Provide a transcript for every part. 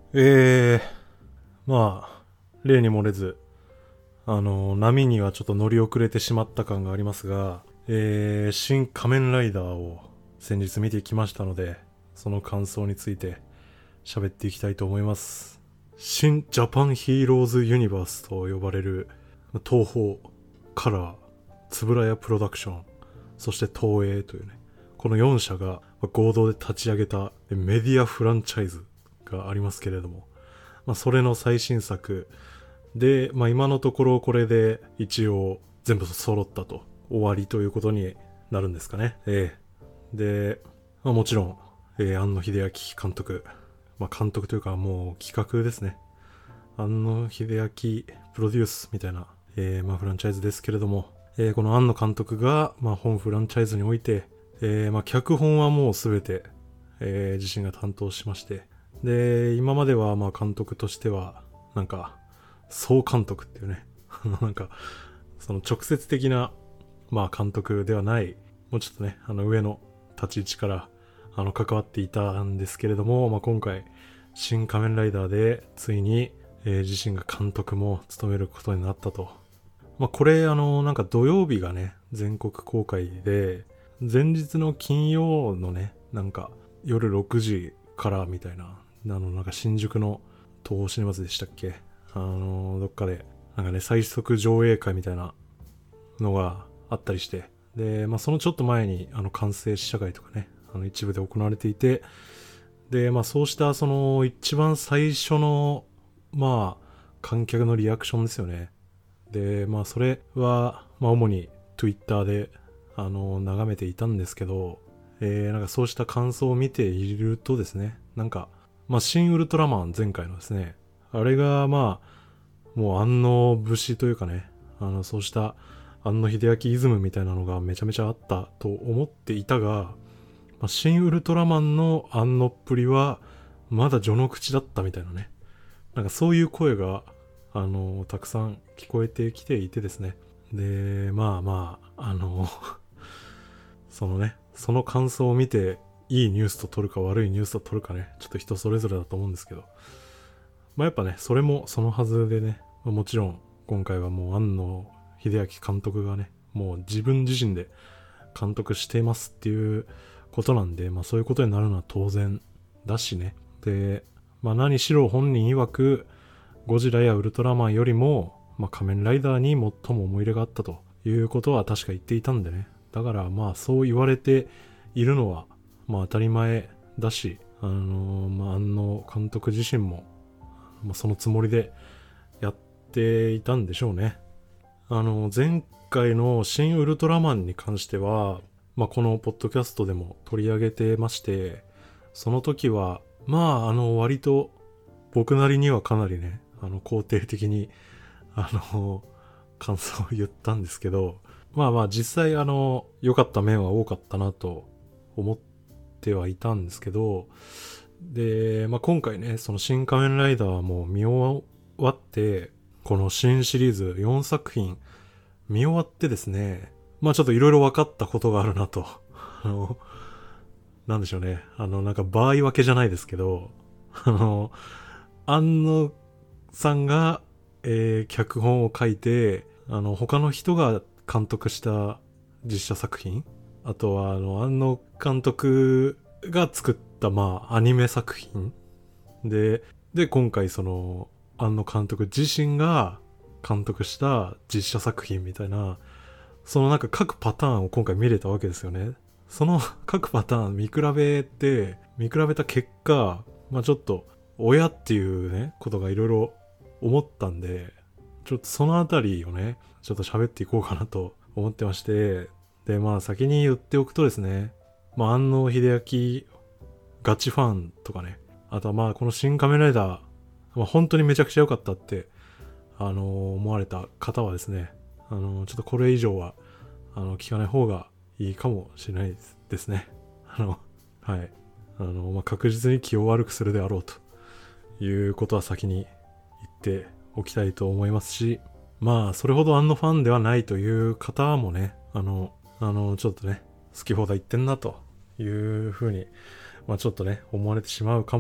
えまあ、例に漏れず、波にはちょっと乗り遅れてしまった感がありますが、新仮面ライダーを先日見てきましたので、その感想について喋っていきたいと思います。新ジャパンヒーローズユニバースと呼ばれる東宝、カラー、つぶらやプロダクション、そして東映というね、この4社が合同で立ち上げたメディアフランチャイズがありますけれども、それの最新作で、今のところこれで一応全部揃ったと、終わりということになるんですかね。で、もちろん、庵野秀明監督、監督というかもう企画ですね。庵野秀明プロデュースみたいな、フランチャイズですけれども、この庵野監督が、本フランチャイズにおいて、脚本はもうすべて、自身が担当しまして、で、今までは監督としては、総監督っていうね、その直接的な、監督ではない、もうちょっとね、上の立ち位置から、関わっていたんですけれども、今回、新仮面ライダーで、ついに、自身が監督も務めることになったと。これ、土曜日がね、全国公開で、前日の金曜のね、夜6時からみたいな、新宿の東宝シネマズでしたっけ、どっかで、最速上映会みたいなのがあったりして、で、そのちょっと前に、完成試写会とかね、一部で行われていて、で、そうしたその一番最初の、観客のリアクションですよね。で、それは、主に Twitter で、眺めていたんですけど、そうした感想を見ているとですね、新ウルトラマン前回のですね、あれがもう安野節というかね、そうした安野秀明イズムみたいなのがめちゃめちゃあったと思っていたが、新ウルトラマンの安野っぷりはまだ序の口だったみたいなね、そういう声がたくさん聞こえてきていてですね、でそのね、その感想を見ていいニュースと取るか悪いニュースと取るかね、ちょっと人それぞれだと思うんですけど、やっぱね、それもそのはずでね、もちろん今回はもう庵野秀明監督がね、もう自分自身で監督していますっていうことなんで、そういうことになるのは当然だしね。で、何しろ本人曰く、ゴジラやウルトラマンよりも、仮面ライダーに最も思い入れがあったということは確か言っていたんでね。だからそう言われているのは、当たり前だし、庵野監督自身も、そのつもりでやっていたんでしょうね。前回の新ウルトラマンに関しては、このポッドキャストでも取り上げてまして、その時は、割と僕なりにはかなりね、肯定的に、感想を言ったんですけど、実際良かった面は多かったなと思ってはいたんですけど、で、今回ね、その新仮面ライダーも見終わって、この新シリーズ4作品見終わってですね、ちょっといろいろ分かったことがあるなと。なんでしょうね。場合分けじゃないですけど、安野さんが、脚本を書いて、他の人が監督した実写作品、あとは、安野監督が作った、アニメ作品で、今回安野監督自身が監督した実写作品みたいな、その各パターンを今回見れたわけですよね。その各パターン見比べた結果、ちょっと、親っていうね、ことがいろいろ思ったんで、ちょっとそのあたりをね、ちょっと喋っていこうかなと思ってまして、で、先に言っておくとですね、安野秀明ガチファンとかね、あとはこの新仮面ライダー、本当にめちゃくちゃ良かったって、思われた方はですね、ちょっとこれ以上は、聞かない方がいいかもしれないですね。はい。確実に気を悪くするであろうということは先に言っておきたいと思いますし、それほどファンではないという方もね、ちょっとね、好き放題言ってんなというふうに、ちょっとね、思われてしまうかも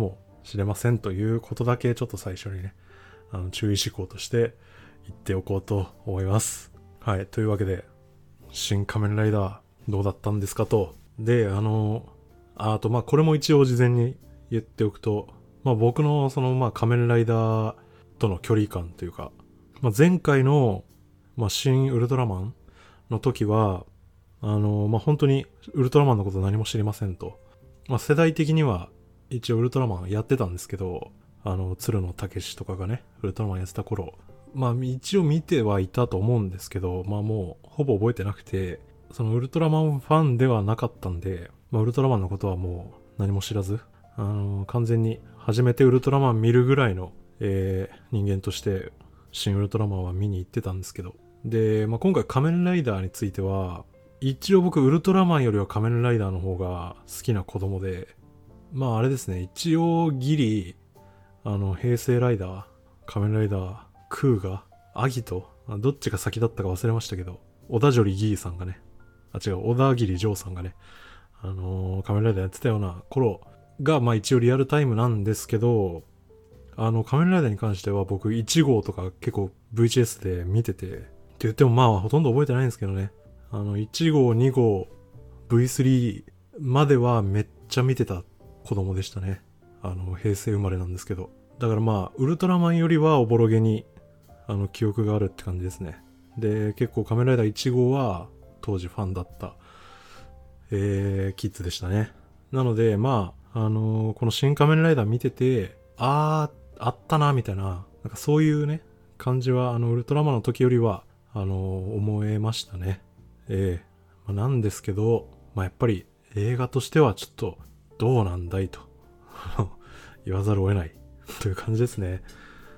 しれませんということだけちょっと最初にね、注意事項として言っておこうと思います。はい。というわけで、新仮面ライダーどうだったんですかと。で、あとこれも一応事前に言っておくと、僕の仮面ライダーとの距離感というか、前回の、新ウルトラマンの時は、本当にウルトラマンのこと何も知りませんと。世代的には一応ウルトラマンやってたんですけど、鶴野武史とかがね、ウルトラマンやってた頃、一応見てはいたと思うんですけど、もうほぼ覚えてなくて、そのウルトラマンファンではなかったんで、ウルトラマンのことはもう何も知らず、完全に初めてウルトラマン見るぐらいの、人間として新ウルトラマンは見に行ってたんですけど、で、今回仮面ライダーについては、一応僕ウルトラマンよりは仮面ライダーの方が好きな子供で、あれですね、一応ギリ、平成ライダー、仮面ライダー、クーガ、アギト、どっちが先だったか忘れましたけど、小田尻ギーさんがね、小田切丈さんがね、仮面ライダーやってたような頃が、一応リアルタイムなんですけど、仮面ライダーに関しては僕1号とか結構 VHS で見てて、って言ってもほとんど覚えてないんですけどね、1号、2号、V3 まではめっちゃ見てた子供でしたね。平成生まれなんですけど。だからウルトラマンよりはおぼろげに、記憶があるって感じですね。で、結構仮面ライダー1号は当時ファンだった、キッズでしたね。なので、この新仮面ライダー見てて、あったな、みたいな、そういうね、感じは、ウルトラマンの時よりは、思えましたね。なんですけど、やっぱり映画としてはちょっと、どうなんだいと、言わざるを得ない、という感じですね。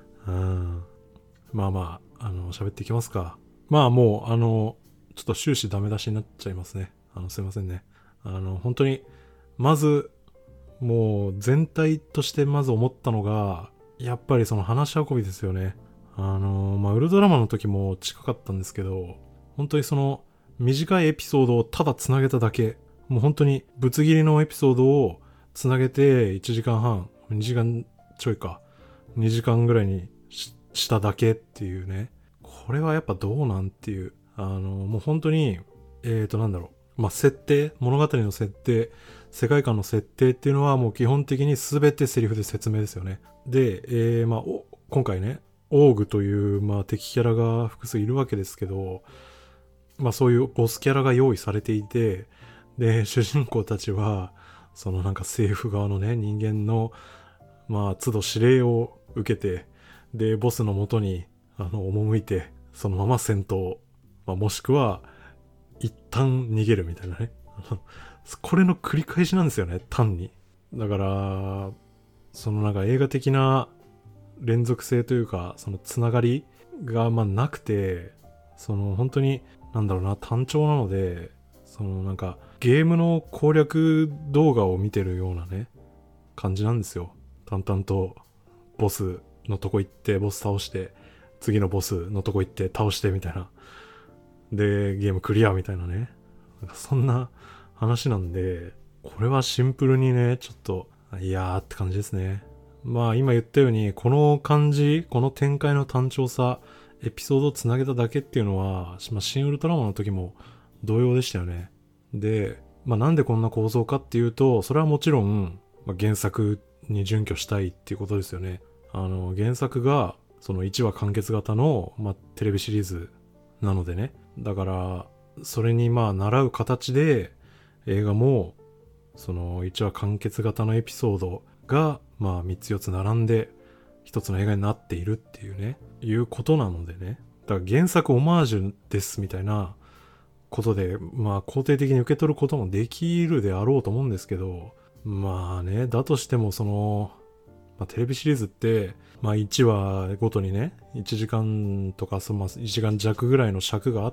喋っていきますか。もう、ちょっと終始ダメ出しになっちゃいますね。すいませんね。本当に、まず、もう全体としてまず思ったのが、やっぱりその話し運びですよね。ウルトラマンの時も近かったんですけど、本当にその短いエピソードをただ繋げただけ、もう本当にぶつ切りのエピソードを繋げて1時間半、2時間ちょいか、2時間ぐらいにしただけっていうね。これはやっぱどうなんっていう、もう本当に、設定、物語の設定、世界観の設定っていうのはもう基本的に全てセリフで説明ですよね。で、今回ね、オーグという、敵キャラが複数いるわけですけど、そういうボスキャラが用意されていて、で、主人公たちは、その政府側のね、人間の、都度指令を受けて、で、ボスの元に、赴いて、そのまま戦闘、もしくは、一旦逃げるみたいなね。これの繰り返しなんですよね、単に。だから、その映画的な連続性というか、そのつながりがなくて、その本当に、単調なので、そのゲームの攻略動画を見てるようなね、感じなんですよ。淡々と、ボスのとこ行って、ボス倒して、次のボスのとこ行って倒してみたいな。で、ゲームクリアみたいなね。そんな話なんで、これはシンプルにね、ちょっと、いやーって感じですね。今言ったように、この感じ、この展開の単調さ、エピソードをつなげただけっていうのは、新ウルトラマンの時も同様でしたよね。で、なんでこんな構造かっていうと、それはもちろん、原作に準拠したいっていうことですよね。原作が、その1話完結型の、テレビシリーズなのでね。だから、それに習う形で、映画も、その1話完結型のエピソードが、3つ4つ並んで、1つの映画になっているっていうね、いうことなのでね。だから原作オマージュですみたいなことで、肯定的に受け取ることもできるであろうと思うんですけど、だとしてもその、テレビシリーズって、1話ごとにね、1時間とか、1時間弱ぐらいの尺があって、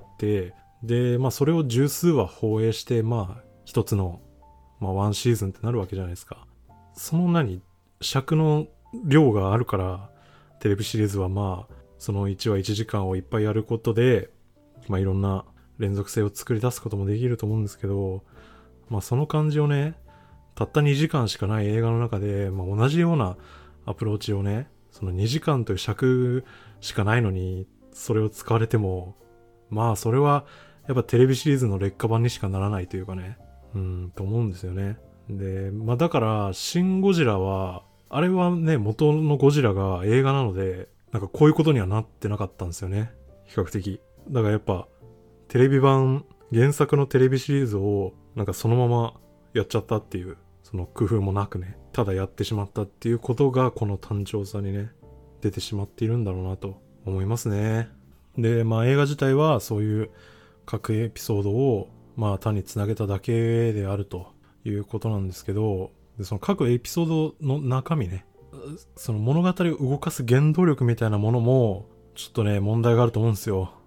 で、それを十数話放映して、一つの、ワンシーズンってなるわけじゃないですか。その尺の量があるから、テレビシリーズはその1話1時間をいっぱいやることで、いろんな連続性を作り出すこともできると思うんですけど、その感じをね、 たった2時間しかない映画の中で、同じようなアプローチをね、その2時間という尺しかないのに、それを使われても、それは、やっぱテレビシリーズの劣化版にしかならないというかね、と思うんですよね。で、だから、シン・ゴジラは、あれはね、元のゴジラが映画なので、なんかこういうことにはなってなかったんですよね。比較的。だからやっぱ、テレビ版、原作のテレビシリーズを、なんかそのままやっちゃったっていう、その工夫もなくね、ただやってしまったっていうことが、この単調さにね、出てしまっているんだろうなと思いますね。で、映画自体はそういう各エピソードを、単につなげただけであるということなんですけど、でその各エピソードの中身ね、その物語を動かす原動力みたいなものも、ちょっとね、問題があると思うんですよ。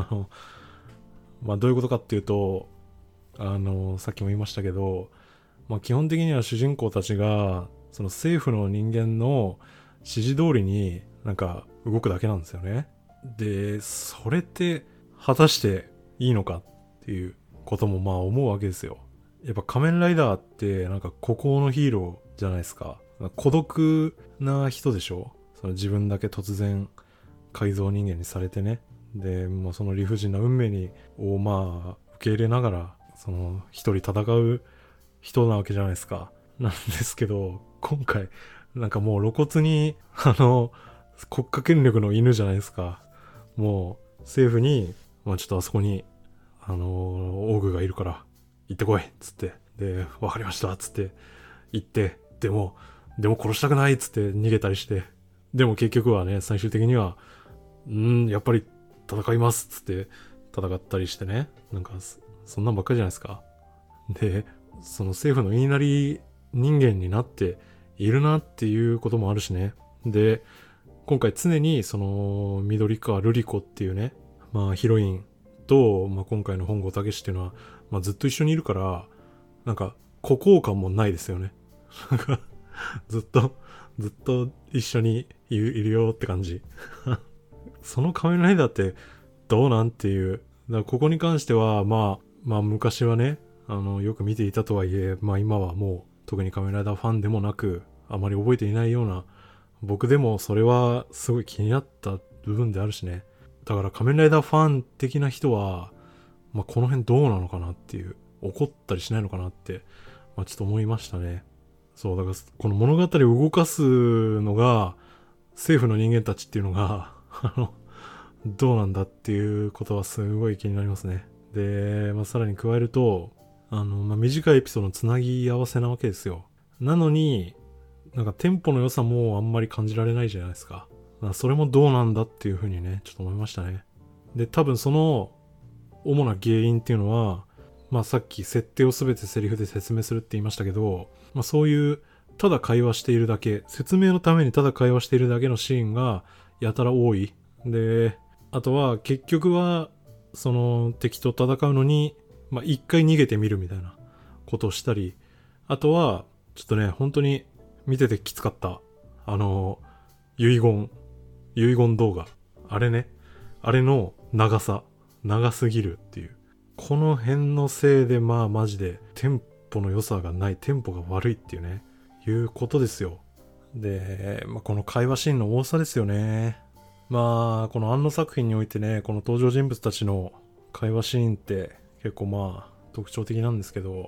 どういうことかっていうと、さっきも言いましたけど、基本的には主人公たちが、その政府の人間の指示通りになんか動くだけなんですよね。で、それって果たしていいのかっていうことも思うわけですよ。やっぱ仮面ライダーってなんか孤高のヒーローじゃないですか。孤独な人でしょ。その自分だけ突然改造人間にされてね。で、その理不尽な運命を受け入れながら、その一人戦う人なわけじゃないですか。なんですけど、今回、なんかもう露骨に、国家権力の犬じゃないですか。もう、政府に、ちょっとあそこに、オーグがいるから、行ってこいっつって。で、わかりましたっつって、行って、でも殺したくないっつって逃げたりして。でも結局はね、最終的には、やっぱり戦いますっつって戦ったりしてね。なんか、そんなんばっかりじゃないですか。で、その政府の言いなり人間になっているなっていうこともあるしね。で、今回常にその緑川瑠璃子っていうね、ヒロインと、今回の本郷武史っていうのは、ずっと一緒にいるから、なんか孤高感もないですよね。なんかずっと一緒にいるよって感じ。その仮面ライダーってどうなんっていう。だからここに関しては、昔はね、よく見ていたとはいえ、今はもう特に仮面ライダーファンでもなく、あまり覚えていないような、僕でもそれはすごい気になった部分であるしね。だから仮面ライダーファン的な人は、この辺どうなのかなっていう、怒ったりしないのかなって、ちょっと思いましたね。そう、だからこの物語を動かすのが、政府の人間たちっていうのが、どうなんだっていうことはすごい気になりますね。で、さらに加えると、短いエピソードのつなぎ合わせなわけですよ。なのに、なんかテンポの良さもあんまり感じられないじゃないですか。それもどうなんだっていうふうにね、ちょっと思いましたね。で、多分その主な原因っていうのは、さっき設定をすべてセリフで説明するって言いましたけど、そういうただ会話しているだけ、説明のためにただ会話しているだけのシーンがやたら多い。で、あとは結局はその敵と戦うのに、一回逃げてみるみたいなことをしたり、あとはちょっとね、本当に見ててきつかった。遺言動画。あれね。あれの長すぎるっていう。この辺のせいでマジでテンポの良さがない、テンポが悪いっていうね、いうことですよ。で、この会話シーンの多さですよね。この庵野作品においてね、この登場人物たちの会話シーンって結構特徴的なんですけど、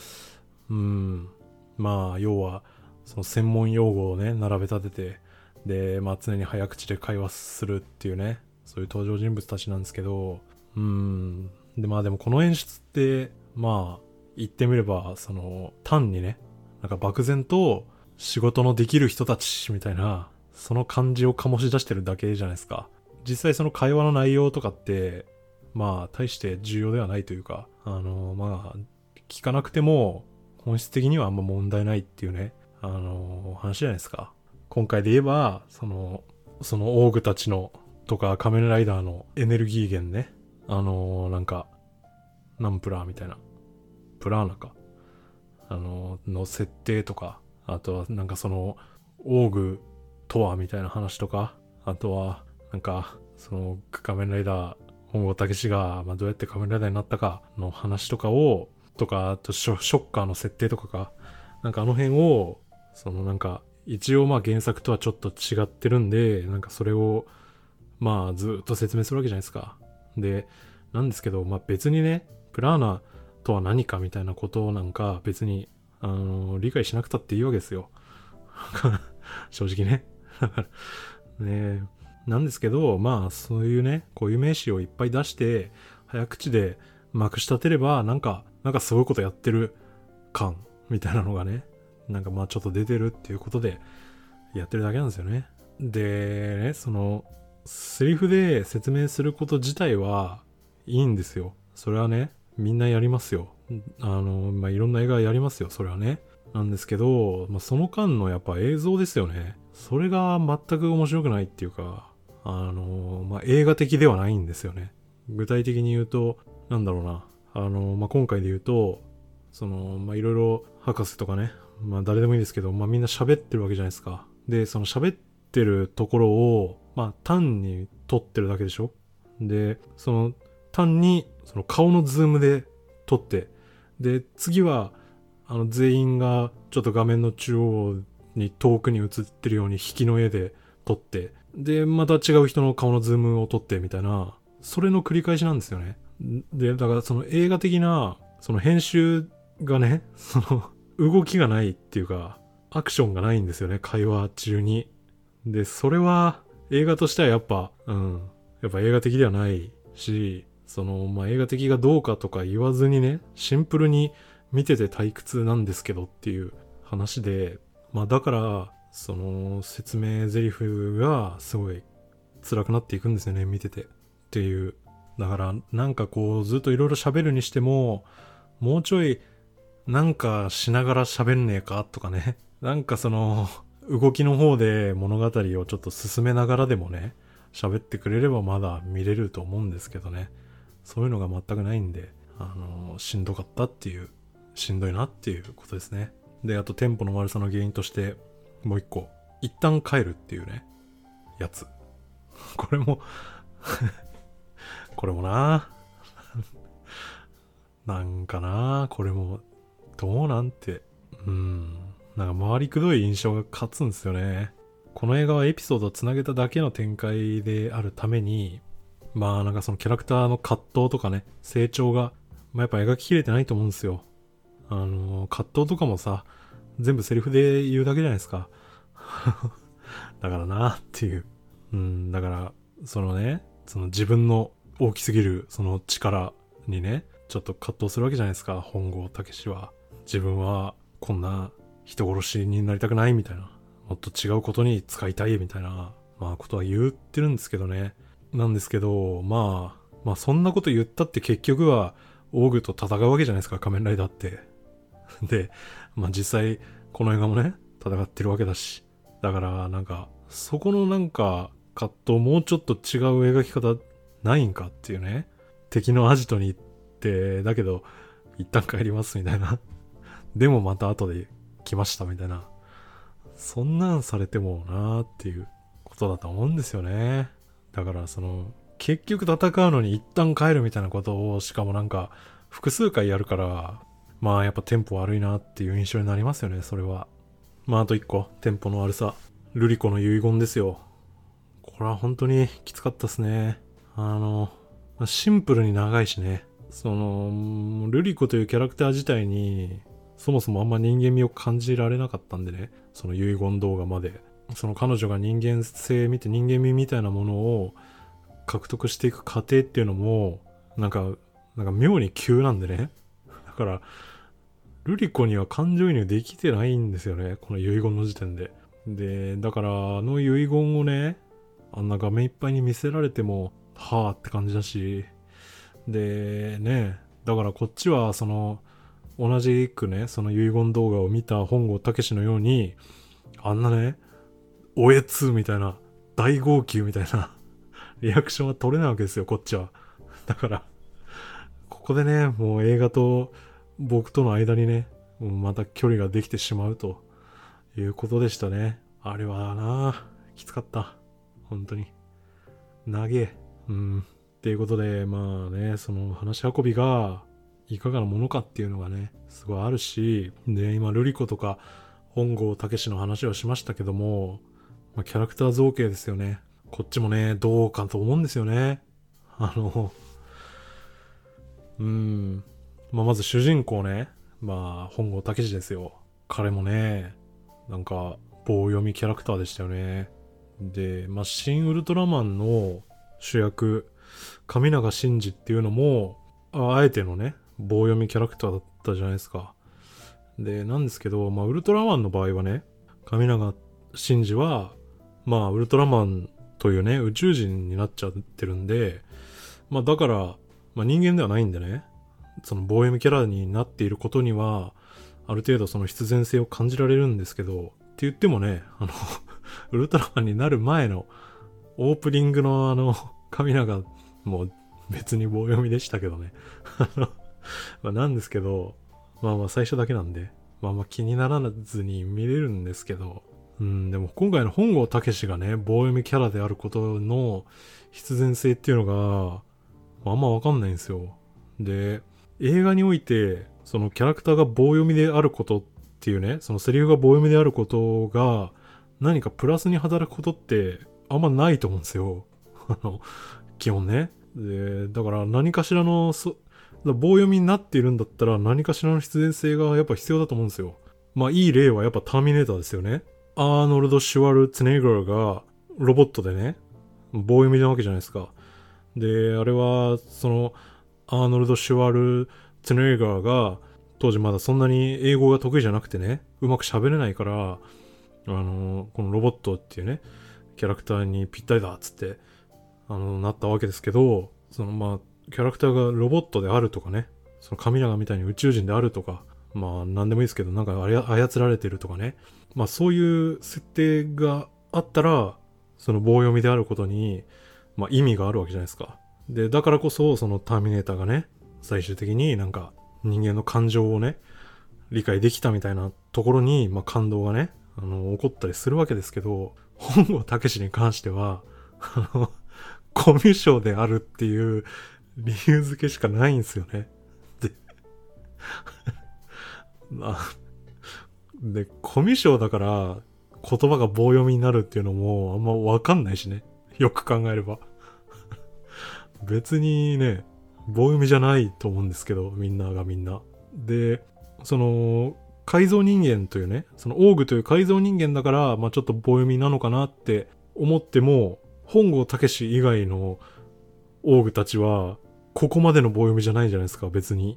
要は、その専門用語をね、並べ立てて、で、常に早口で会話するっていうね、そういう登場人物たちなんですけど、で、でもこの演出って、言ってみれば、単にね、なんか漠然と仕事のできる人たちみたいな、その感じを醸し出してるだけじゃないですか。実際その会話の内容とかって、大して重要ではないというか、聞かなくても、本質的にはあんま問題ないっていうね、話じゃないですか。今回で言えば、そのオーグたちの、とか仮面ライダーのエネルギー源ね。なんか、ナンプラーみたいな。プラーナか。の設定とか、あとはなんかその、オーグとはみたいな話とか、あとは、なんか、その仮面ライダー、本郷武史が、どうやって仮面ライダーになったかの話とか、あとショッカーの設定とかなんかあの辺を、そのなんか、一応まあ原作とはちょっと違ってるんで、なんかそれを、まあずっと説明するわけじゃないですか。で、なんですけど、まあ別にね、プラーナとは何かみたいなことなんか別に、理解しなくたっていいわけですよ。正直ね。ね、なんですけど、まあそういうね、固有名詞をいっぱい出して、早口でまくし立てれば、なんかすごいことやってる感みたいなのがね、なんかまあちょっと出てるっていうことでやってるだけなんですよね。で、ね、その、セリフで説明すること自体はいいんですよ。それはね、みんなやりますよ。まあいろんな映画やりますよ、それはね。なんですけど、まあ、その間のやっぱ映像ですよね。それが全く面白くないっていうか、まあ、映画的ではないんですよね。具体的に言うと、なんだろうな。まあ、今回で言うと、その、まあ、いろいろ博士とかね、まあ、誰でもいいですけど、まあ、みんな喋ってるわけじゃないですか。で、その喋ってるところを、まあ、単に撮ってるだけでしょ。で、その、単に、その顔のズームで撮って、で、次は、全員がちょっと画面の中央に遠くに映ってるように引きの絵で撮って、で、また違う人の顔のズームを撮ってみたいな、それの繰り返しなんですよね。で、だからその映画的な、その編集がね、その動きがないっていうか、アクションがないんですよね、会話中に。で、それは映画としてはやっぱ映画的ではないし、その、まあ、映画的がどうかとか言わずにね、シンプルに見てて退屈なんですけどっていう話で、まあだから、その説明台詞がすごい辛くなっていくんですよね、見てて。っていう。だからなんかこうずっといろいろ喋るにしても、もうちょいなんかしながら喋んねえかとかね。なんかその動きの方で物語をちょっと進めながらでもね、喋ってくれればまだ見れると思うんですけどね。そういうのが全くないんで、しんどかったっていう、しんどいなっていうことですね。で、あとテンポの悪さの原因として、もう一個、一旦帰るっていうね、やつ。これもこれもななんかなこれも、どうなんて、なんか回りくどい印象が勝つんですよね。この映画はエピソードをつなげただけの展開であるために、まあなんかそのキャラクターの葛藤とかね、成長が、まあやっぱ描ききれてないと思うんですよ。葛藤とかもさ、全部セリフで言うだけじゃないですか。だからなっていう。だから、そのね、その自分の大きすぎるその力にね、ちょっと葛藤するわけじゃないですか、本郷武は。自分はこんな人殺しになりたくないみたいな。もっと違うことに使いたいみたいな、まあことは言ってるんですけどね。なんですけど、まあそんなこと言ったって結局は、オーグと戦うわけじゃないですか、仮面ライダーって。で、まあ実際、この映画もね、戦ってるわけだし。だからなんか、そこのなんか、葛藤もうちょっと違う描き方ないんかっていうね。敵のアジトに行って、だけど、一旦帰りますみたいな。でもまた後で来ましたみたいな。そんなんされてもなーっていうことだと思うんですよね。だからその、結局戦うのに一旦帰るみたいなことを、しかもなんか、複数回やるから、まあやっぱテンポ悪いなっていう印象になりますよね、それは。まああと一個、テンポの悪さ。ルリコの遺言ですよ。これは本当にきつかったっすね。シンプルに長いしね。その、ルリコというキャラクター自体に、そもそもあんま人間味を感じられなかったんでね。その遺言動画まで。その彼女が人間性見て人間味みたいなものを獲得していく過程っていうのも、なんか妙に急なんでね。だから、ルリコには感情移入できてないんですよね。この遺言の時点で。で、だから遺言をね、あんな画面いっぱいに見せられても、はぁって感じだし。で、ね、だからこっちはその、同じくね、その遺言動画を見た本郷武のように、あんなね、おえつみたいな、大号泣みたいなリアクションは取れないわけですよ、こっちは。だから、ここでね、もう映画と僕との間にね、もうまた距離ができてしまうということでしたね。あれはな、きつかった。本当に。長え。っていうことで、まあね、その話し運びが、 いかがなものかっていうのがね、すごいあるし、で、今、ルリコとか、本郷武の話をしましたけども、キャラクター造形ですよね。こっちもね、どうかと思うんですよね。まず主人公ね、本郷武ですよ。彼もね、なんか、棒読みキャラクターでしたよね。で、新ウルトラマンの主役、神永真司っていうのも、あえてのね、棒読みキャラクターだったじゃないですか。で、なんですけど、ウルトラマンの場合はね、神永真司は、ウルトラマンというね、宇宙人になっちゃってるんで、だから、人間ではないんでね、その棒読みキャラになっていることには、ある程度その必然性を感じられるんですけど、って言ってもね、ウルトラマンになる前のオープニングの神永も別に棒読みでしたけどね。なんですけど、最初だけなんで、気にならずに見れるんですけど、でも今回の本郷武がね、棒読みキャラであることの必然性っていうのが、あんまわかんないんですよ。で、映画において、そのキャラクターが棒読みであることっていうね、そのセリフが棒読みであることが、何かプラスに働くことってあんまないと思うんですよ。基本ね。で、だから何かしらの、棒読みになっているんだったら何かしらの必然性がやっぱ必要だと思うんですよ。いい例はやっぱターミネーターですよね。アーノルド・シュワルツェネッガーがロボットでね、棒読みなわけじゃないですか。で、あれは、アーノルド・シュワルツェネッガーが、当時まだそんなに英語が得意じゃなくてね、うまく喋れないから、このロボットっていうね、キャラクターにぴったりだっつって、なったわけですけど、キャラクターがロボットであるとかね、その神永みたいに宇宙人であるとか、なんでもいいですけど、なんか操られてるとかね、そういう設定があったら、その棒読みであることに、意味があるわけじゃないですか。で、だからこそ、そのターミネーターがね、最終的になんか人間の感情をね、理解できたみたいなところに、感動がね、起こったりするわけですけど、本郷武に関しては、コミュ障であるっていう理由付けしかないんですよね。で、コミュ障だから言葉が棒読みになるっていうのもあんまわかんないしね。よく考えれば。別にね、棒読みじゃないと思うんですけど、みんながみんな。で、改造人間というね、そのオーグという改造人間だから、ちょっと棒読みなのかなって思っても、本郷武以外のオーグたちは、ここまでの棒読みじゃないじゃないですか、別に。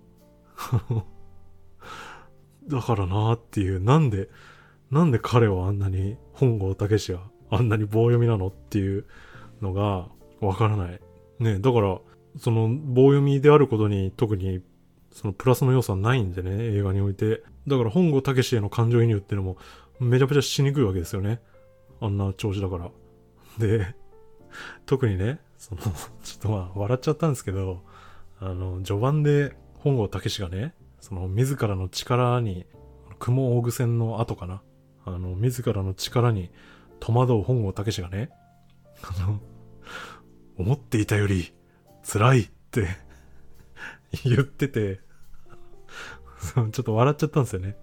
だからなーっていう、なんで彼はあんなに、本郷武があんなに棒読みなのっていうのがわからない。ね、だから、その棒読みであることに特にそのプラスの要素はないんでね、映画において。だから本郷武への感情移入っていうのもめちゃくちゃしにくいわけですよね。あんな調子だから。で、特にね、ちょっと笑っちゃったんですけど、序盤で本郷武がね、自らの力に、雲大具戦の後かな。自らの力に戸惑う本郷武がね、思っていたより辛いって言ってて、ちょっと笑っちゃったんですよね。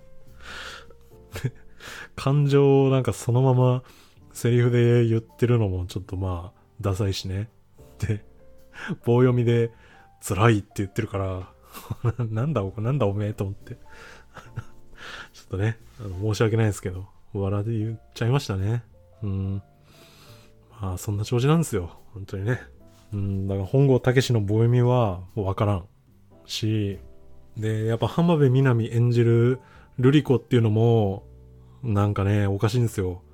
感情をなんかそのままセリフで言ってるのもちょっとダサいしね。で、棒読みで辛いって言ってるからなんだおめえと思って。ちょっとね、申し訳ないですけど、笑って言っちゃいましたね。そんな調子なんですよ。本当にね。だから本郷武の棒読みはもうわからんし、で、やっぱ浜辺美波演じるルリ子っていうのも、なんかね、おかしいんですよ。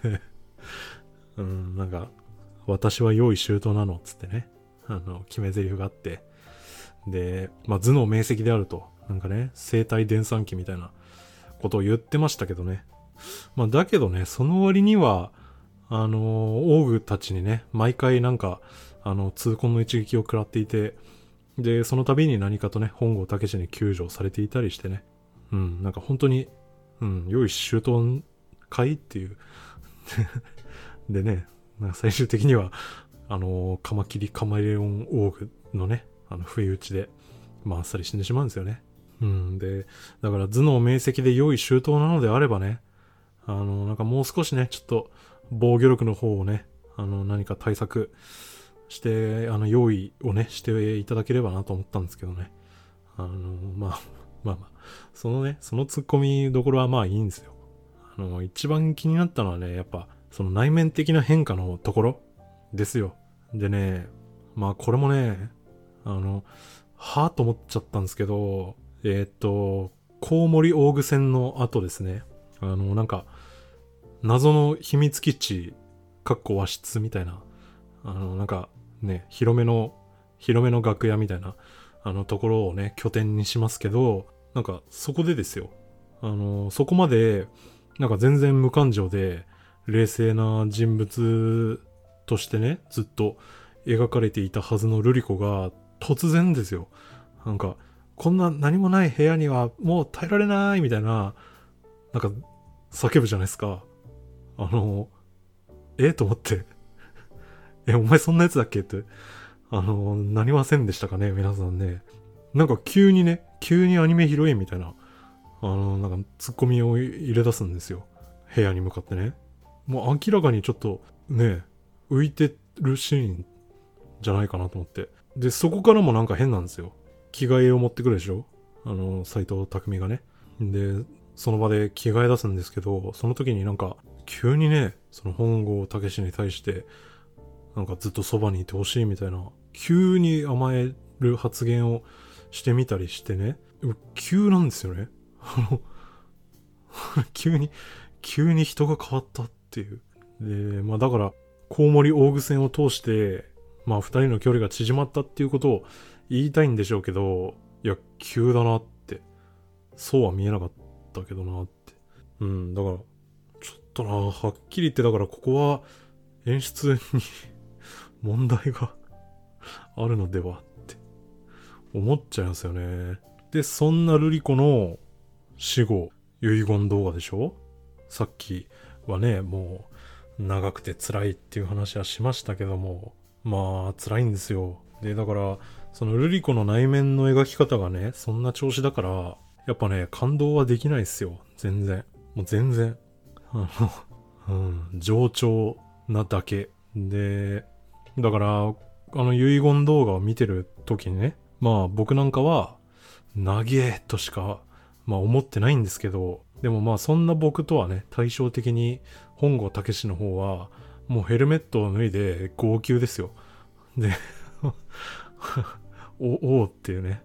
なんか、私は用意周到なの、つってね。決め台詞があって。で、頭脳明晰であると。なんかね、生体電算機みたいなことを言ってましたけどね。だけどね、その割には、オーグたちにね、毎回なんか、痛恨の一撃を食らっていて、で、その度に何かとね、本郷武に救助されていたりしてね。なんか本当に、用意周到かいっていう。でね、なんか最終的には、カマキリカマレオンオーグのね、不意打ちであっさり死んでしまうんですよね。で、だから頭脳明晰で用意周到なのであればね、なんかもう少しね、ちょっと防御力の方をね、何か対策して、用意をね、していただければなと思ったんですけどね。まあ、その突っ込みどころはまあいいんですよ。一番気になったのはね、やっぱ、その内面的な変化のところですよ。でね、まあこれもね、はぁと思っちゃったんですけど、コウモリオーグ戦の後ですね、なんか、謎の秘密基地、かっこ和室みたいな、なんかね、広めの楽屋みたいな、ところをね、拠点にしますけど、なんか、そこでですよ。そこまで、なんか全然無感情で、冷静な人物としてね、ずっと描かれていたはずのルリコが、突然ですよ。なんか、こんな何もない部屋にはもう耐えられないみたいな、なんか、叫ぶじゃないですか。と思って。お前そんなやつだっけって。なりませんでしたかね、皆さんね。なんか急にアニメヒロインみたいな、なんかツッコミを入れ出すんですよ。部屋に向かってね。もう明らかにちょっとね、浮いてるシーンじゃないかなと思って。で、そこからもなんか変なんですよ。着替えを持ってくるでしょ？斎藤匠がね。で、その場で着替え出すんですけど、その時になんか、急にね、その本郷武史に対して、なんかずっとそばにいてほしいみたいな、急に甘える発言をしてみたりしてね、急なんですよね。急に人が変わったっていう。で、まあだから、コウモリ大具戦を通して、まあ二人の距離が縮まったっていうことを言いたいんでしょうけど、いや、急だなって。そうは見えなかったけどなって。だから、ちょっとな、はっきり言って、だからここは演出に問題があるのではって思っちゃいますよね。で、そんなルリコの死後、遺言動画でしょ？さっきはね、もう長くて辛いっていう話はしましたけども、まあ辛いんですよ。で、だから、そのルリコの内面の描き方がね、そんな調子だから、やっぱね、感動はできないですよ。全然。もう全然。冗長なだけ。で、だから、遺言動画を見てる時にね、まあ僕なんかは、長えとしか、まあ思ってないんですけど、でもまあそんな僕とはね、対照的に本郷武史の方は、もうヘルメットを脱いで号泣ですよ。で、おーっていうね。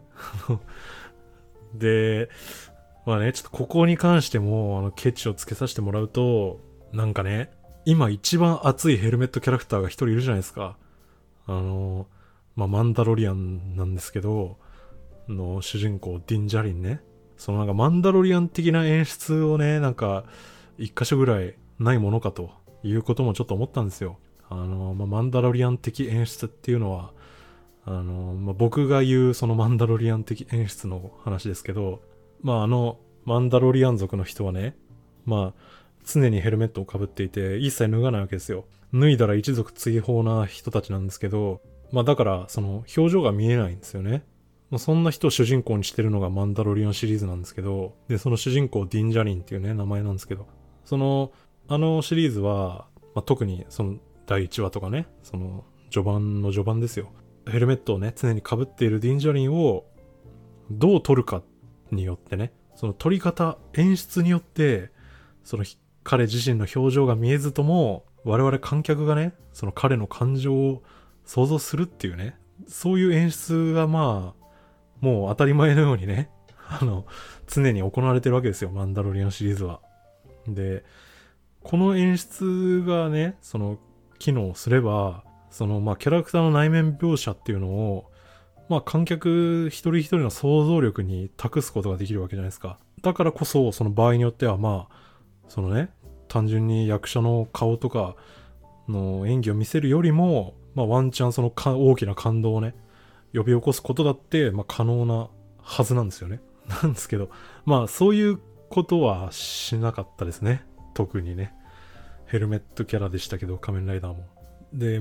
で、まあね、ちょっとここに関しても、ケチをつけさせてもらうと、なんかね、今一番熱いヘルメットキャラクターが一人いるじゃないですか。まあ、マンダロリアンなんですけど、主人公ディンジャリンね。そのなんかマンダロリアン的な演出をね、なんか、一箇所ぐらいないものかということもちょっと思ったんですよ。まあ、マンダロリアン的演出っていうのは、まあ、僕が言うそのマンダロリアン的演出の話ですけど、まあマンダロリアン族の人はね、まあ、常にヘルメットをかぶっていて、一切脱がないわけですよ。脱いだら一族追放な人たちなんですけど、まあだから、その表情が見えないんですよね。まあ、そんな人を主人公にしてるのがマンダロリアンシリーズなんですけど、で、その主人公ディンジャリンっていうね、名前なんですけど、シリーズは、まあ、特にその第1話とかね、その序盤ですよ。ヘルメットをね、常に被っているディンジャリンをどう撮るかによってね、その撮り方、演出によって、その彼自身の表情が見えずとも、我々観客がね、その彼の感情を想像するっていうね、そういう演出がまあ、もう当たり前のようにね、常に行われてるわけですよ、マンダロリアンシリーズは。で、この演出がね、その、機能すれば、その、まあ、キャラクターの内面描写っていうのを、まあ、観客一人一人の想像力に託すことができるわけじゃないですか。だからこそ、その場合によっては、まあ、そのね、単純に役者の顔とかの演技を見せるよりも、まあ、ワンチャンその大きな感動をね、呼び起こすことだって、まあ、可能なはずなんですよね。なんですけど、まあ、そういうことはしなかったですね。特にね。ヘルメットキャラでしたけど、仮面ライダーも。で、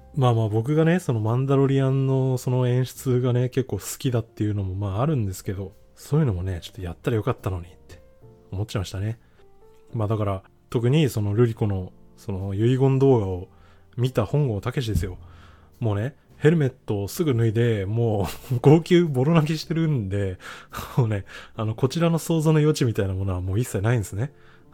まあまあ僕がね、そのマンダロリアンのその演出がね、結構好きだっていうのもまああるんですけど、そういうのもね、ちょっとやったらよかったのにって思っちゃいましたね。まあだから、特にそのルリコのその遺言動画を見た本郷武ですよ。もうね、ヘルメットをすぐ脱いで、もう号泣ボロ泣きしてるんで、もうね、こちらの想像の余地みたいなものはもう一切ないんですね。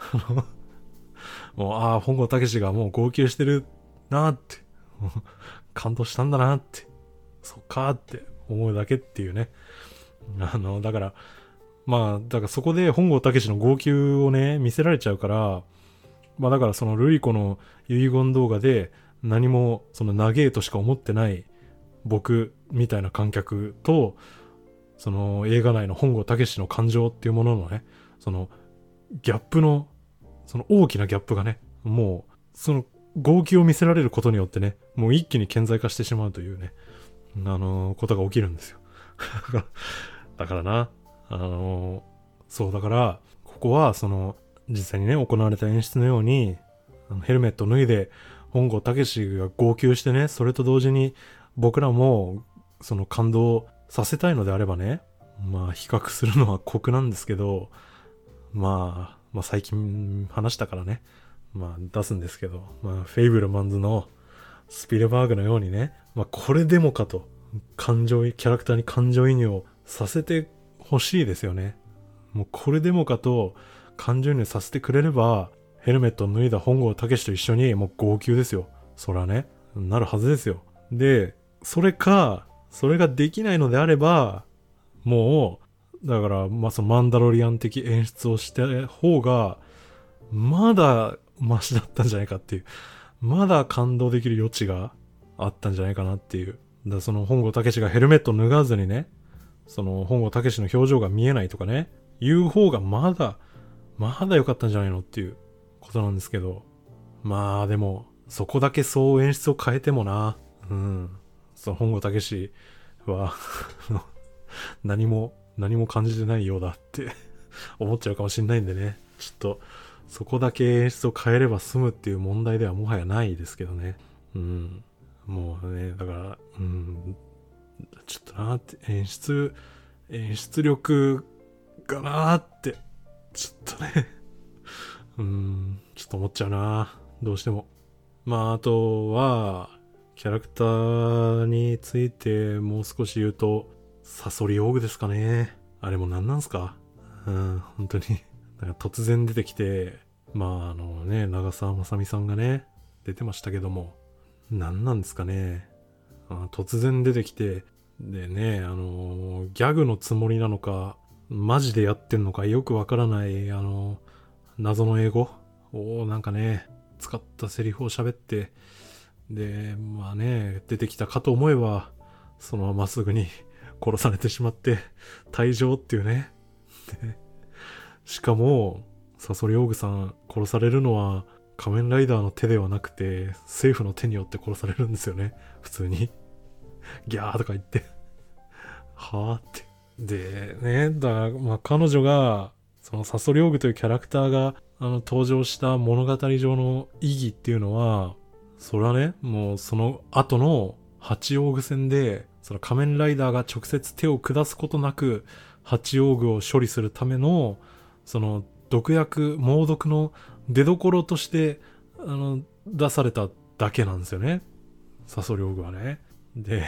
もう、ああ、本郷武がもう号泣してるなーって、感動したんだなーって、そっかーって思うだけっていうね。だから、まあ、だからそこで本郷武の号泣をね、見せられちゃうから、まあだからそのルリコの遺言動画で何もその長えとしか思ってない僕みたいな観客と、その映画内の本郷武の感情っていうもののね、そのギャップの、その大きなギャップがね、もう、その号泣を見せられることによってね、もう一気に顕在化してしまうというね、ことが起きるんですよ。だからな、そうだから、ここはその、実際にね、行われた演出のように、ヘルメット脱いで、本郷武が号泣してね、それと同時に僕らも、その感動させたいのであればね、まあ比較するのは酷なんですけど、まあ最近話したからね、まあ出すんですけど、まあフェイブルマンズのスピルバーグのようにね、まあこれでもかと、キャラクターに感情移入をさせてほしいですよね。もうこれでもかと感情移入させてくれれば、ヘルメットを脱いだ本郷武と一緒にもう号泣ですよ。そらね、なるはずですよ。で、それができないのであれば、もう、だから、まあ、そのマンダロリアン的演出をした方が、まだマシだったんじゃないかっていう。まだ感動できる余地があったんじゃないかなっていう。だその本郷武がヘルメット脱がずにね、その本郷武の表情が見えないとかね、いう方がまだ良かったんじゃないのっていうことなんですけど。まあでも、そこだけそう演出を変えてもな、その本郷武は何も感じてないようだって思っちゃうかもしんないんでね。ちょっと、そこだけ演出を変えれば済むっていう問題ではもはやないですけどね。もうね、だから、ちょっとなーって、演出力がなーって、ちょっとねちょっと思っちゃうな、どうしても。まあ、あとは、キャラクターについてもう少し言うと、サソリオーグですかね。あれも何なんすか？本当に。なんか突然出てきて、まあ長澤まさみさんがね、出てましたけども、何なんですかね。突然出てきて、でね、ギャグのつもりなのか、マジでやってんのかよくわからない、謎の英語をなんかね、使ったセリフを喋って、で、まあね、出てきたかと思えば、そのまますぐに殺されてしまって、退場っていうね。しかも、サソリオーグさん殺されるのは仮面ライダーの手ではなくて、政府の手によって殺されるんですよね。普通に。ギャーとか言って。はぁって。で、ね、まあ彼女が、そのサソリオーグというキャラクターが、登場した物語上の意義っていうのは、それはね、もうその後の八王具戦で、その仮面ライダーが直接手を下すことなく、八王具を処理するための、その猛毒の出所として、出されただけなんですよね。サソリオーグはね。で、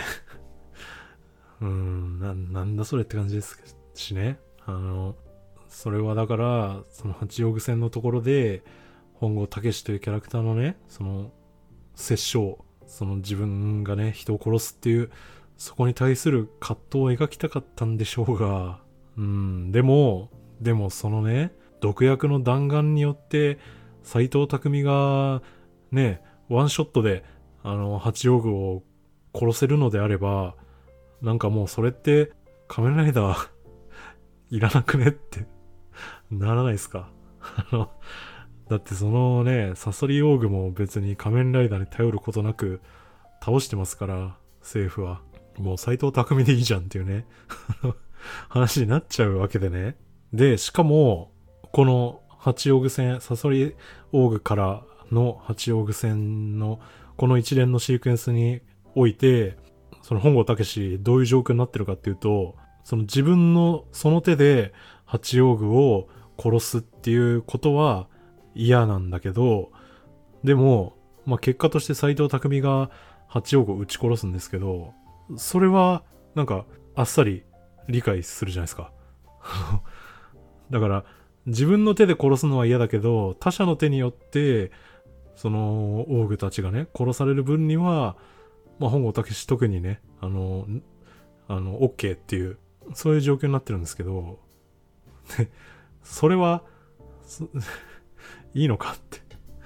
なんだそれって感じですしね。それはだから、その八王具戦のところで、本郷武というキャラクターのね、その、殺生、その自分がね、人を殺すっていう、そこに対する葛藤を描きたかったんでしょうが、でもそのね、毒薬の弾丸によって、斎藤工が、ね、ワンショットで、八王具を殺せるのであれば、なんかもうそれって、仮面ライダーいらなくねってならないですか？だってそのね、サソリオーグも別に仮面ライダーに頼ることなく倒してますから、政府は。もう斎藤工でいいじゃんっていうね、話になっちゃうわけでね。で、しかも、この八王具戦、サソリオーグからの八王具戦のこの一連のシークエンスにおいて、その本郷武どういう状況になってるかっていうと、その自分のその手で八王宮を殺すっていうことは嫌なんだけど、でも、まあ、結果として斎藤工が八王宮を撃ち殺すんですけど、それはなんかあっさり理解するじゃないですか。だから自分の手で殺すのは嫌だけど、他者の手によってその王宮たちがね殺される分には、まあ、本郷武特にねOK っていうそういう状況になってるんですけど、それはいいのかって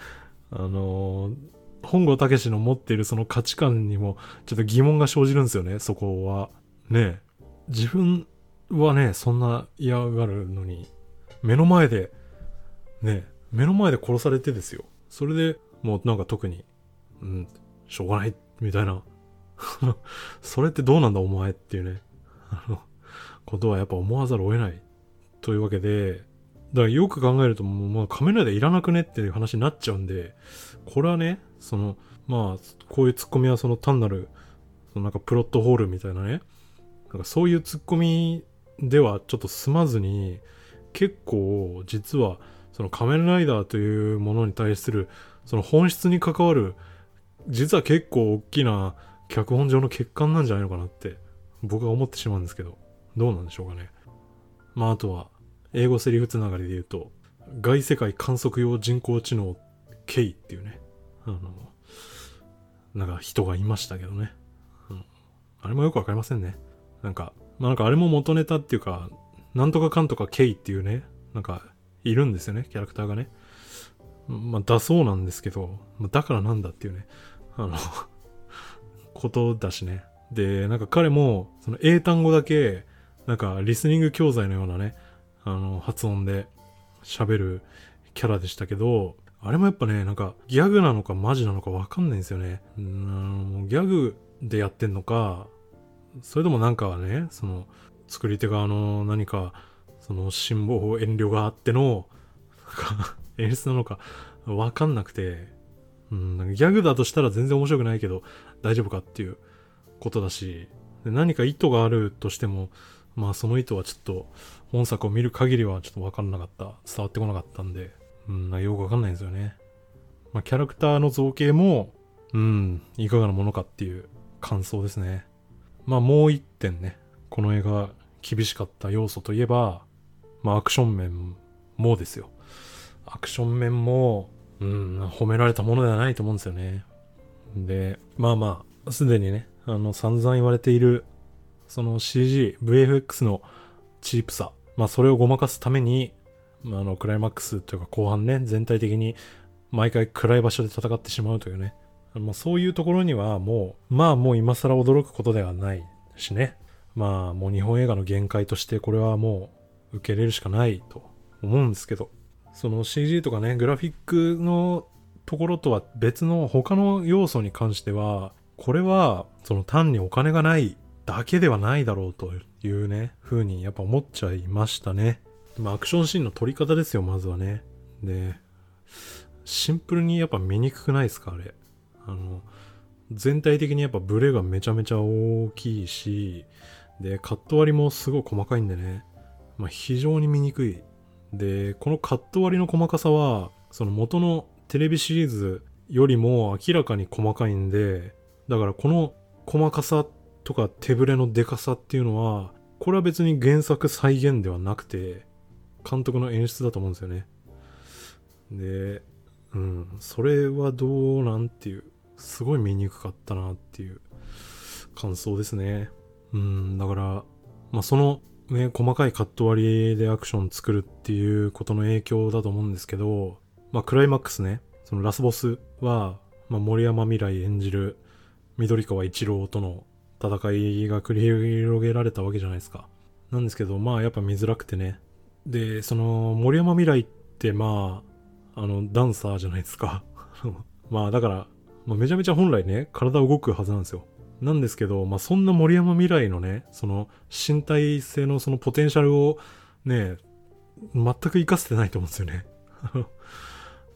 本郷武の持っているその価値観にもちょっと疑問が生じるんですよね、そこは。ね、自分はね、そんな嫌がるのに、目の前で殺されてですよ。それでもうなんか特に、しょうがない、みたいな。それってどうなんだお前っていうね、ことはやっぱ思わざるを得ない。というわけで、だからよく考えるともう仮面ライダーいらなくねっていう話になっちゃうんで、これはね、まあ、こういうツッコミはその単なる、なんかプロットホールみたいなね、なんかそういうツッコミではちょっと済まずに、結構実はその仮面ライダーというものに対するその本質に関わる、実は結構大きな脚本上の欠陥なんじゃないのかなって僕は思ってしまうんですけど、どうなんでしょうかね。まああとは英語セリフつながりで言うと、外世界観測用人工知能 K っていうね、なんか人がいましたけどね、あれもよくわかりませんね。なんかあれも元ネタっていうか、なんとかかんとか K っていうね、なんかいるんですよね、キャラクターがね。まあだそうなんですけど、だからなんだっていうね、ことだしね。で、なんか彼もその英単語だけなんかリスニング教材のようなね、発音で喋るキャラでしたけど、あれもやっぱね、なんかギャグなのかマジなのかわかんないんですよね。ギャグでやってんのか、それともなんかね、その作り手側の何かその辛抱遠慮があってのなんか演出なのかわかんなくて、なんかギャグだとしたら全然面白くないけど大丈夫かっていうことだし、で何か意図があるとしても、まあその意図はちょっと本作を見る限りはちょっと分かんなかった、伝わってこなかったんで、よく分かんないんですよね。まあキャラクターの造形もいかがなものかっていう感想ですね。まあもう一点ね、この映画厳しかった要素といえば、まあアクション面もですよ。アクション面も褒められたものではないと思うんですよね。で、まあすでにね、散々言われているその CG、VFX のチープさ、まあそれをごまかすために、クライマックスというか後半ね、全体的に毎回暗い場所で戦ってしまうというね、そういうところにはもう今更驚くことではないしね。まあもう日本映画の限界としてこれはもう受け入れるしかないと思うんですけど、その CG とかね、グラフィックのところとは別の他の要素に関しては、これはその単にお金がないだけではないだろうというね、風にやっぱ思っちゃいましたね。まあアクションシーンの撮り方ですよ、まずはね。で、シンプルにやっぱ見にくくないですか、あれ。全体的にやっぱブレがめちゃめちゃ大きいし、で、カット割りもすごい細かいんでね、まあ非常に見にくい。で、このカット割りの細かさは、その元のテレビシリーズよりも明らかに細かいんで、だからこの細かさとか手ぶれのデカさっていうのは、これは別に原作再現ではなくて、監督の演出だと思うんですよね。で、それはどうなんていう、すごい見にくかったなっていう感想ですね。だから、まあそのね、細かいカット割りでアクション作るっていうことの影響だと思うんですけど、まあクライマックスね、そのラスボスは、まあ森山未来演じる緑川一郎との戦いが繰り広げられたわけじゃないですか。なんですけど、まあやっぱ見づらくてね。で、その森山未来ってまあ、ダンサーじゃないですか。まあだから、まあ、めちゃめちゃ本来ね、体動くはずなんですよ。なんですけど、まあそんな森山未来のね、その身体性のそのポテンシャルをね、全く活かせてないと思うんですよね。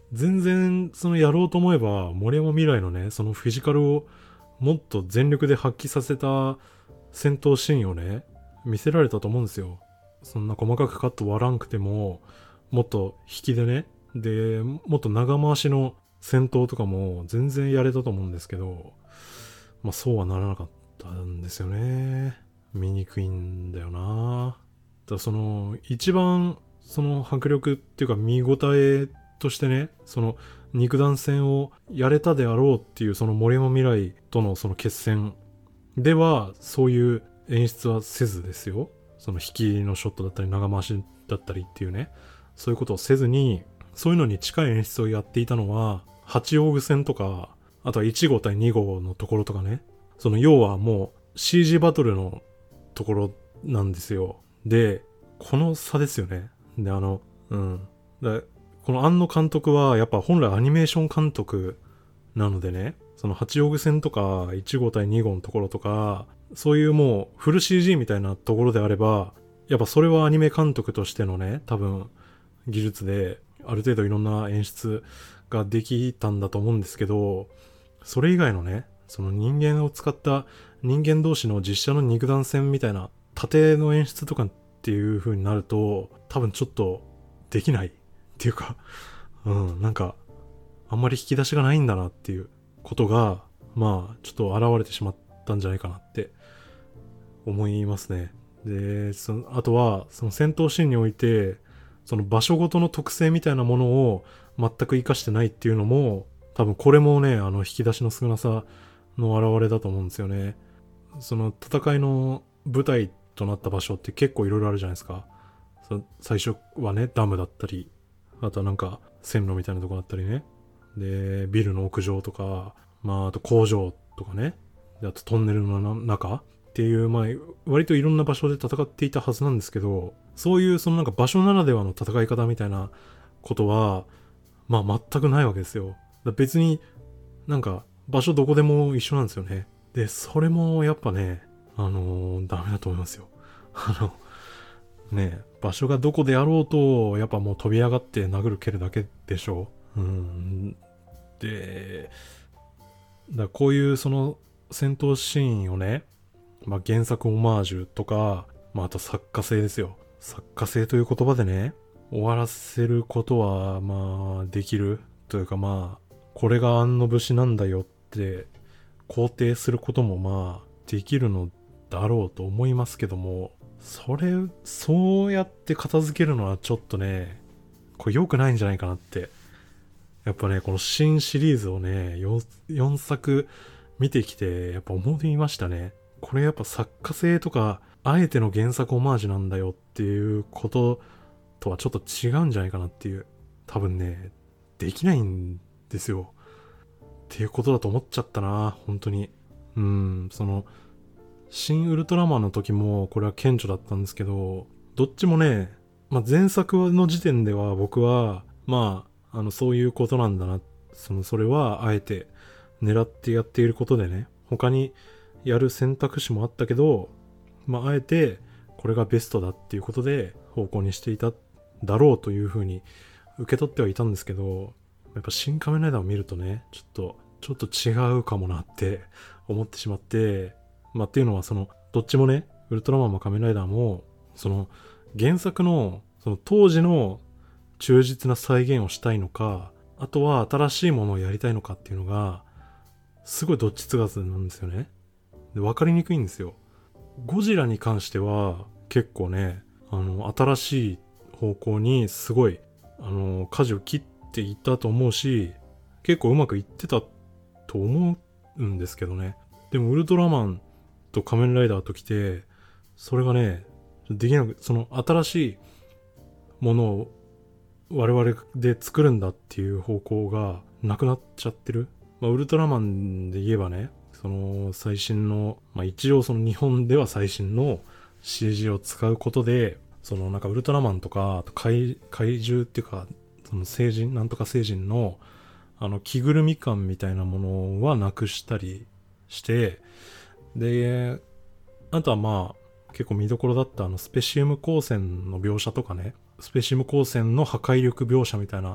全然そのやろうと思えば森山未来のね、そのフィジカルをもっと全力で発揮させた戦闘シーンをね、見せられたと思うんですよ。そんな細かくカット割らんくても、もっと引きでね、で、もっと長回しの戦闘とかも全然やれたと思うんですけど、まあそうはならなかったんですよね。見にくいんだよな。だその一番その迫力っていうか見応えとしてね、その肉弾戦をやれたであろうっていうその森山未来とのその決戦ではそういう演出はせずですよ。その引きのショットだったり長回しだったりっていうね、そういうことをせずに、そういうのに近い演出をやっていたのは八王子戦とか、あとは1号対2号のところとかね、その要はもう CG バトルのところなんですよ。で、この差ですよね。で、この庵野監督はやっぱ本来アニメーション監督なのでね、その八王子戦とか1号対2号のところとか、そういうもうフル CG みたいなところであれば、やっぱそれはアニメ監督としてのね、多分技術である程度いろんな演出ができたんだと思うんですけど、それ以外のね、その人間を使った人間同士の実写の肉弾戦みたいな縦の演出とかっていう風になると、多分ちょっとできないっていうか、なんかあんまり引き出しがないんだなっていうことが、まあちょっと現れてしまったんじゃないかなって思いますね。で、あとはその戦闘シーンにおいて、その場所ごとの特性みたいなものを全く活かしてないっていうのも、多分これもね、引き出しの少なさの表れだと思うんですよね。その戦いの舞台となった場所って結構いろいろあるじゃないですか。最初はね、ダムだったり、あとはなんか線路みたいなとこだったりね。で、ビルの屋上とか、まああと工場とかね。であとトンネルの中っていう、まあ割といろんな場所で戦っていたはずなんですけど、そういうそのなんか場所ならではの戦い方みたいなことは、まあ全くないわけですよ。別になんか場所どこでも一緒なんですよね。で、それもやっぱね、ダメだと思いますよ。場所がどこであろうと、やっぱもう飛び上がって殴る蹴るだけでしょう。で、こういうその戦闘シーンをね、まあ原作オマージュとか、まああと作家性ですよ。作家性という言葉でね、終わらせることは、まあできるというか、まあ、これが庵野節なんだよって肯定することもまあできるのだろうと思いますけども、そうやって片付けるのはちょっとね、これ良くないんじゃないかなって。やっぱね、この新シリーズをね、4作見てきて、やっぱ思いましたね。これやっぱ作家性とか、あえての原作オマージュなんだよっていうこととはちょっと違うんじゃないかなっていう。多分ね、できないんですよ。っていうことだと思っちゃったな、本当に。その、新ウルトラマンの時もこれは顕著だったんですけど、どっちもね、まあ、前作の時点では僕は、まあ、そういうことなんだな。それはあえて狙ってやっていることでね、他にやる選択肢もあったけど、まあ、あえてこれがベストだっていうことで方向にしていただろうというふうに受け取ってはいたんですけど、やっぱ新仮面ライダーを見るとね、ちょっと違うかもなって思ってしまって、まあっていうのはどっちもね、ウルトラマンも仮面ライダーも、原作の当時の忠実な再現をしたいのか、あとは新しいものをやりたいのかっていうのが、すごいどっちつかずなんですよね。で、わかりにくいんですよ。ゴジラに関しては、結構ね、新しい方向にすごい、舵を切っていったと思うし、結構うまくいってたと思うんですけどね。でもウルトラマンと仮面ライダーときて、それがね、できなく、新しいものを我々で作るんだっていう方向がなくなっちゃってる。まあ、ウルトラマンで言えばね、最新の、まあ一応日本では最新の CG を使うことで、なんかウルトラマンとか、あと怪獣っていうか、なんとか星人の、着ぐるみ感みたいなものはなくしたりして、で、あとはまあ、結構見どころだったスペシウム光線の描写とかね、スペシウム光線の破壊力描写みたいな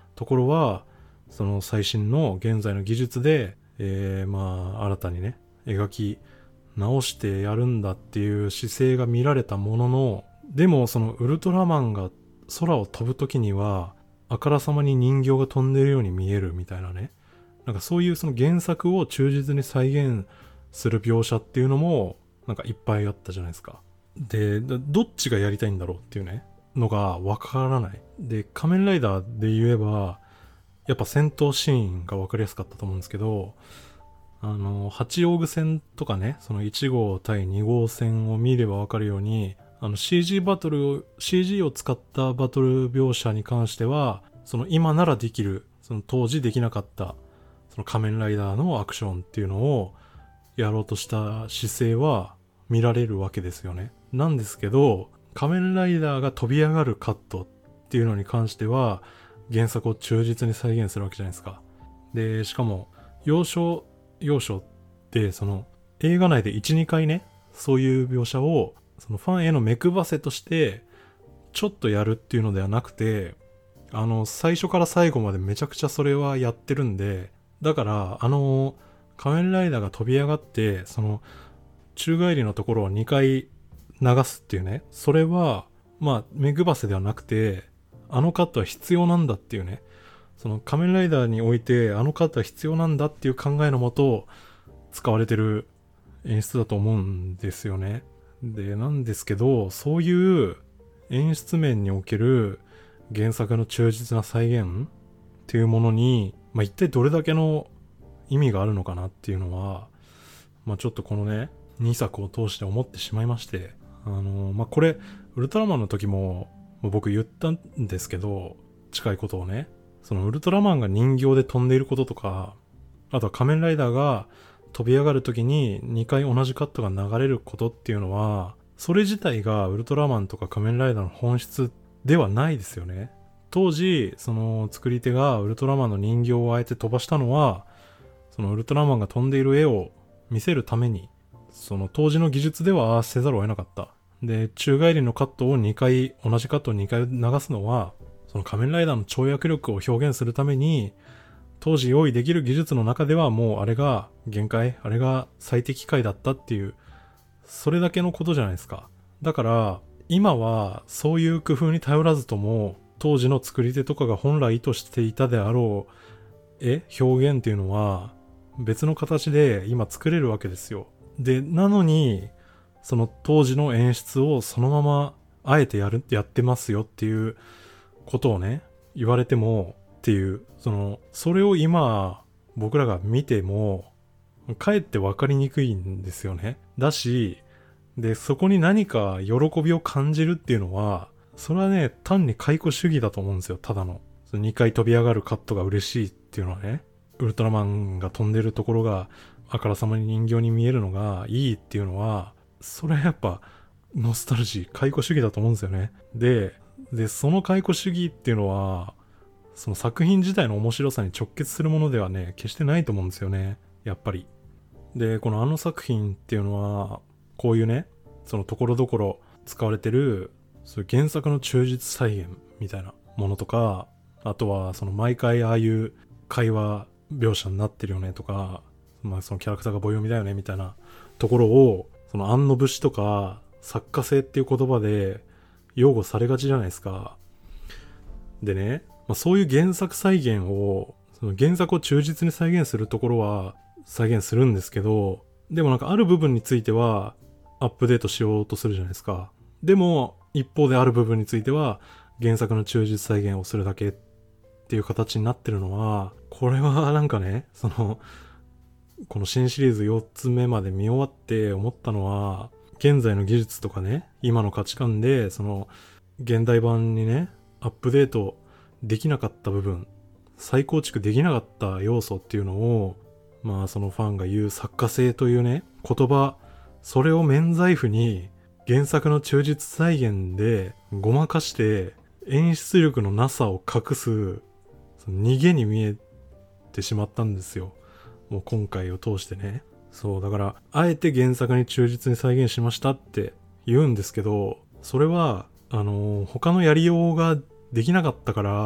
ところはその最新の現在の技術で、新たにね描き直してやるんだっていう姿勢が見られたものの、でもそのウルトラマンが空を飛ぶ時にはあからさまに人形が飛んでるように見えるみたいなね、なんかそういうその原作を忠実に再現する描写っていうのもなんかいっぱいあったじゃないですか。で、どっちがやりたいんだろうっていうねのがわからない。で、仮面ライダーで言えばやっぱ戦闘シーンがわかりやすかったと思うんですけど、八王子戦とかね、その1号対2号戦を見ればわかるように、CG を使ったバトル描写に関しては、その今ならできる、その当時できなかった、その仮面ライダーのアクションっていうのをやろうとした姿勢は見られるわけですよね。なんですけど、仮面ライダーが飛び上がるカットっていうのに関しては、原作を忠実に再現するわけじゃないですか。で、しかも、要所ってその映画内で 1,2 回ね、そういう描写をそのファンへの目配せとしてちょっとやるっていうのではなくて、最初から最後までめちゃくちゃそれはやってるんで、だから仮面ライダーが飛び上がってその宙返りのところを2回流すっていうね、それは目配せではなくて、あのカットは必要なんだっていうね、その仮面ライダーにおいてあのカットは必要なんだっていう考えのもと使われてる演出だと思うんですよね。で、なんですけど、そういう演出面における原作の忠実な再現っていうものに、一体どれだけの意味があるのかなっていうのは、ちょっとこのね2作を通して思ってしまいまして、これウルトラマンの時も僕言ったんですけど、近いことをね、そのウルトラマンが人形で飛んでいることとか、あとは仮面ライダーが飛び上がる時に2回同じカットが流れることっていうのは、それ自体がウルトラマンとか仮面ライダーの本質ではないですよね。当時その作り手がウルトラマンの人形をあえて飛ばしたのは、そのウルトラマンが飛んでいる絵を見せるために、その当時の技術ではああせざるを得なかった。で、宙返りのカットを2回、同じカットを2回流すのは、その仮面ライダーの跳躍力を表現するために、当時用意できる技術の中ではもうあれが限界、あれが最適解だったっていう、それだけのことじゃないですか。だから今はそういう工夫に頼らずとも、当時の作り手とかが本来意図していたであろう表現っていうのは別の形で今作れるわけですよ。で、なのにその当時の演出をそのままあえてやってますよっていうことをね言われてもっていう、それを今僕らが見てもかえって分かりにくいんですよね。だし、でそこに何か喜びを感じるっていうのは、それはね単に解雇主義だと思うんですよ。ただのその2回飛び上がるカットが嬉しいっていうのはね、ウルトラマンが飛んでるところがあからさまに人形に見えるのがいいっていうのは、それはやっぱノスタルジー、解雇主義だと思うんですよね。でその解雇主義っていうのはその作品自体の面白さに直結するものではね決してないと思うんですよね、やっぱり。で、この作品っていうのはこういうね、そのところどころ使われてるそういう原作の忠実再現みたいなものとか、あとはその毎回ああいう会話描写になってるよねとか、そのキャラクターが棒読みだよねみたいなところを、その安野節とか作家性っていう言葉で擁護されがちじゃないですか。でね、そういう原作再現を、その原作を忠実に再現するところは再現するんですけど、でもなんかある部分についてはアップデートしようとするじゃないですか。でも一方である部分については原作の忠実再現をするだけっていう形になってるのは、これはなんかね、この新シリーズ4つ目まで見終わって思ったのは、現在の技術とかね、今の価値観でその現代版にねアップデートできなかった部分、再構築できなかった要素っていうのを、そのファンが言う作家性というね言葉、それを免罪符に原作の忠実再現でごまかして演出力のなさを隠す、その逃げに見えてしまったんですよ、もう今回を通してね。そうだから、あえて原作に忠実に再現しましたって言うんですけど、それは他のやりようができなかったから